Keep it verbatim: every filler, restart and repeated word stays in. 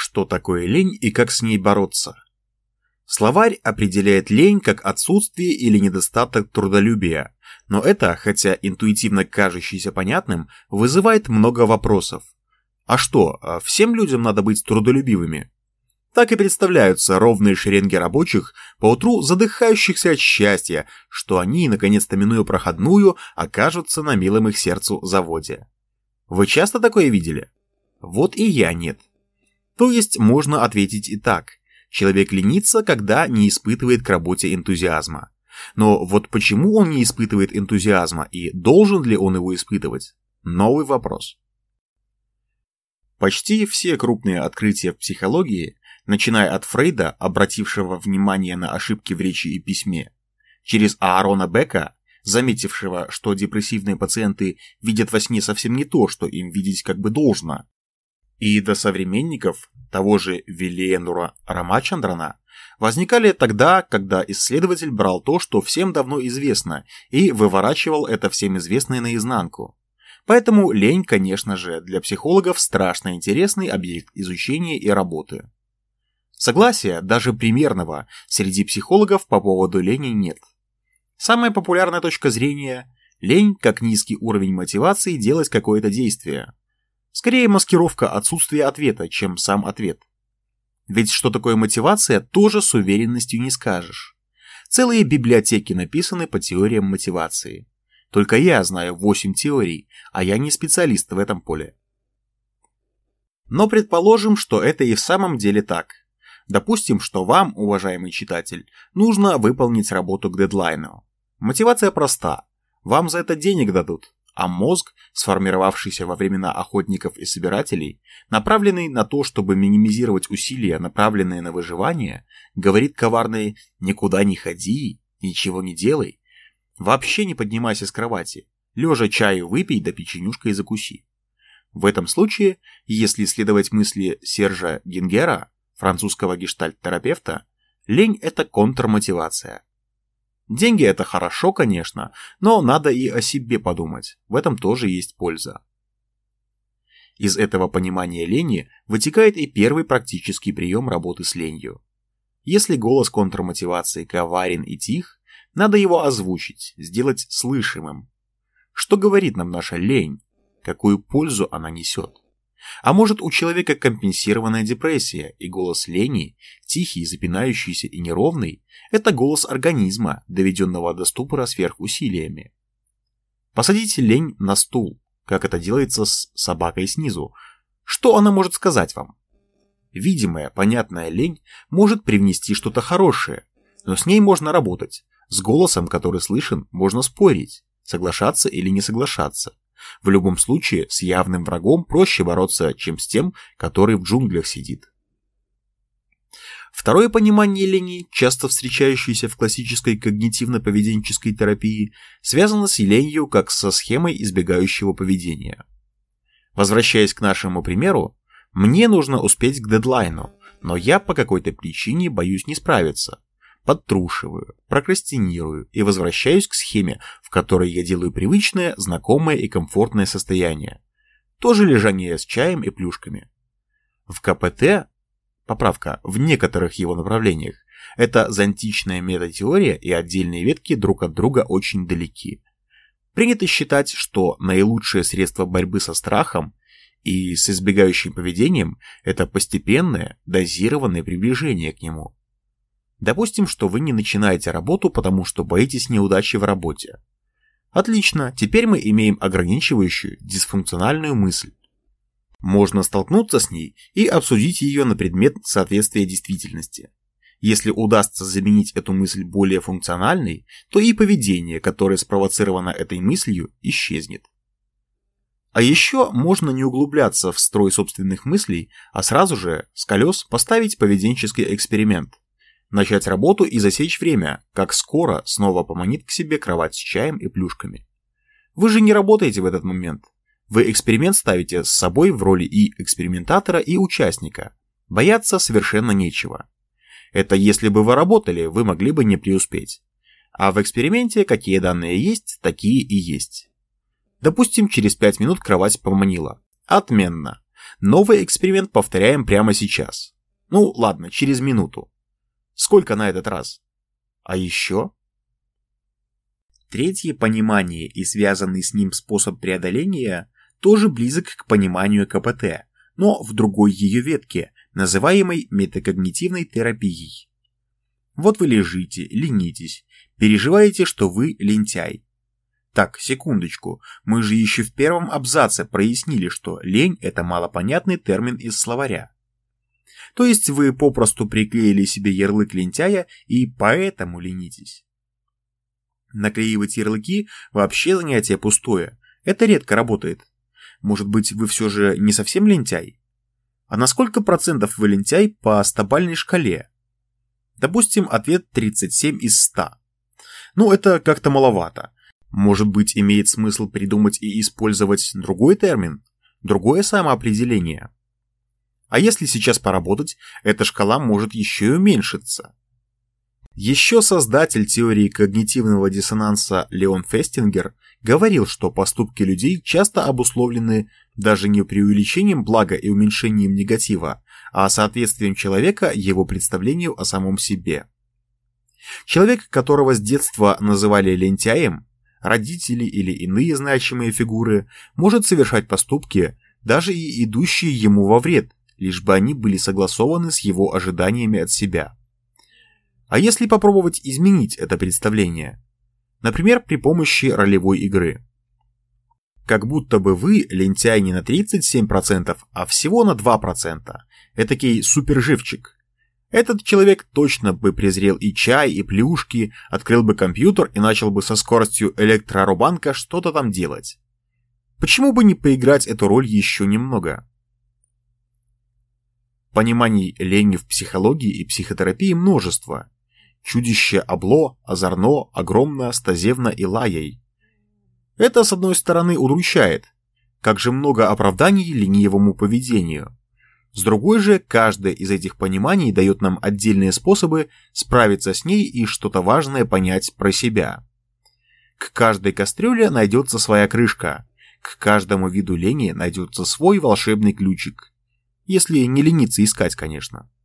Что такое лень и как с ней бороться? Словарь определяет лень как отсутствие или недостаток трудолюбия, но это, хотя интуитивно кажущееся понятным, вызывает много вопросов. А что, всем людям надо быть трудолюбивыми? Так и представляются ровные шеренги рабочих, поутру задыхающихся от счастья, что они, наконец-то минуя проходную, окажутся на милом их сердцу заводе. Вы часто такое видели? Вот и я нет. То есть можно ответить и так. Человек ленится, когда не испытывает к работе энтузиазма. Но вот почему он не испытывает энтузиазма и должен ли он его испытывать? Новый вопрос. Почти все крупные открытия в психологии, начиная от Фрейда, обратившего внимание на ошибки в речи и письме, через Аарона Бека, заметившего, что депрессивные пациенты видят во сне совсем не то, что им видеть как бы должно, и до современников, того же Виленура Рамачандрана, возникали тогда, когда исследователь брал то, что всем давно известно, и выворачивал это всем известное наизнанку. Поэтому лень, конечно же, для психологов страшно интересный объект изучения и работы. Согласия, даже примерного, среди психологов по поводу лени нет. Самая популярная точка зрения – лень как низкий уровень мотивации делать какое-то действие. Скорее маскировка отсутствия ответа, чем сам ответ. Ведь что такое мотивация, тоже с уверенностью не скажешь. Целые библиотеки написаны по теориям мотивации. Только я знаю восемь теорий, а я не специалист в этом поле. Но предположим, что это и в самом деле так. Допустим, что вам, уважаемый читатель, нужно выполнить работу к дедлайну. Мотивация проста. Вам за это денег дадут. А мозг, сформировавшийся во времена охотников и собирателей, направленный на то, чтобы минимизировать усилия, направленные на выживание, говорит коварный «никуда не ходи, ничего не делай, вообще не поднимайся с кровати, лежа чаю выпей да печенюшкой закуси». В этом случае, если следовать мысли Сержа Гингера, французского гештальт-терапевта, лень – это контрмотивация. Деньги – это хорошо, конечно, но надо и о себе подумать, в этом тоже есть польза. Из этого понимания лени вытекает и первый практический прием работы с ленью. Если голос контрмотивации коварен и тих, надо его озвучить, сделать слышимым. Что говорит нам наша лень? Какую пользу она несет? А может, у человека компенсированная депрессия, и голос лени, тихий, запинающийся и неровный, это голос организма, доведенного до ступора сверхусилиями. Посадите лень на стул, как это делается с собакой снизу. Что она может сказать вам? Видимая, понятная лень может привнести что-то хорошее, но с ней можно работать. С голосом, который слышен, можно спорить, соглашаться или не соглашаться. В любом случае, с явным врагом проще бороться, чем с тем, который в джунглях сидит. Второе понимание лени, часто встречающееся в классической когнитивно-поведенческой терапии, связано с ленью как со схемой избегающего поведения. Возвращаясь к нашему примеру, мне нужно успеть к дедлайну, но я по какой-то причине боюсь не справиться. Подтрушиваю, прокрастинирую и возвращаюсь к схеме, в которой я делаю привычное, знакомое и комфортное состояние. Тоже лежание с чаем и плюшками. В ка пэ тэ, поправка, в некоторых его направлениях, это зонтичная метатеория и отдельные ветки друг от друга очень далеки. Принято считать, что наилучшее средство борьбы со страхом и с избегающим поведением – это постепенное, дозированное приближение к нему. Допустим, что вы не начинаете работу, потому что боитесь неудачи в работе. Отлично, теперь мы имеем ограничивающую, дисфункциональную мысль. Можно столкнуться с ней и обсудить ее на предмет соответствия действительности. Если удастся заменить эту мысль более функциональной, то и поведение, которое спровоцировано этой мыслью, исчезнет. А еще можно не углубляться в строй собственных мыслей, а сразу же с колес поставить поведенческий эксперимент. Начать работу и засечь время, как скоро снова поманит к себе кровать с чаем и плюшками. Вы же не работаете в этот момент. Вы эксперимент ставите с собой в роли и экспериментатора, и участника. Бояться совершенно нечего. Это если бы вы работали, вы могли бы не преуспеть. А в эксперименте какие данные есть, такие и есть. Допустим, через пять минут кровать поманила. Отменно. Новый эксперимент повторяем прямо сейчас. Ну, ладно, через минуту. Сколько на этот раз? А еще? Третье понимание и связанный с ним способ преодоления тоже близок к пониманию ка пэ тэ, но в другой ее ветке, называемой метакогнитивной терапией. Вот вы лежите, ленитесь, переживаете, что вы лентяй. Так, секундочку, мы же еще в первом абзаце прояснили, что лень – это малопонятный термин из словаря. То есть вы попросту приклеили себе ярлык лентяя и поэтому ленитесь. Наклеивать ярлыки – вообще занятие пустое, это редко работает. Может быть, вы все же не совсем лентяй? А на сколько процентов вы лентяй по стобальной шкале? Допустим, ответ тридцать семь из ста. Ну, это как-то маловато. Может быть, имеет смысл придумать и использовать другой термин, другое самоопределение. А если сейчас поработать, эта шкала может еще и уменьшиться. Еще создатель теории когнитивного диссонанса Леон Фестингер говорил, что поступки людей часто обусловлены даже не преувеличением блага и уменьшением негатива, а соответствием человека его представлению о самом себе. Человек, которого с детства называли лентяем, родители или иные значимые фигуры, может совершать поступки, даже и идущие ему во вред, лишь бы они были согласованы с его ожиданиями от себя. А если попробовать изменить это представление? Например, при помощи ролевой игры. Как будто бы вы лентяй не на тридцать семь процентов, а всего на два процента. Этакий суперживчик. Этот человек точно бы презрел и чай, и плюшки, открыл бы компьютер и начал бы со скоростью электроробанка что-то там делать. Почему бы не поиграть эту роль еще немного? Пониманий лени в психологии и психотерапии множество. Чудище Абло, Озорно, Огромно, Стазевно и Лаяй. Это, с одной стороны, удручает. Как же много оправданий ленивому поведению. С другой же, каждое из этих пониманий дает нам отдельные способы справиться с ней и что-то важное понять про себя. К каждой кастрюле найдется своя крышка, к каждому виду лени найдется свой волшебный ключик. Если не лениться искать, конечно.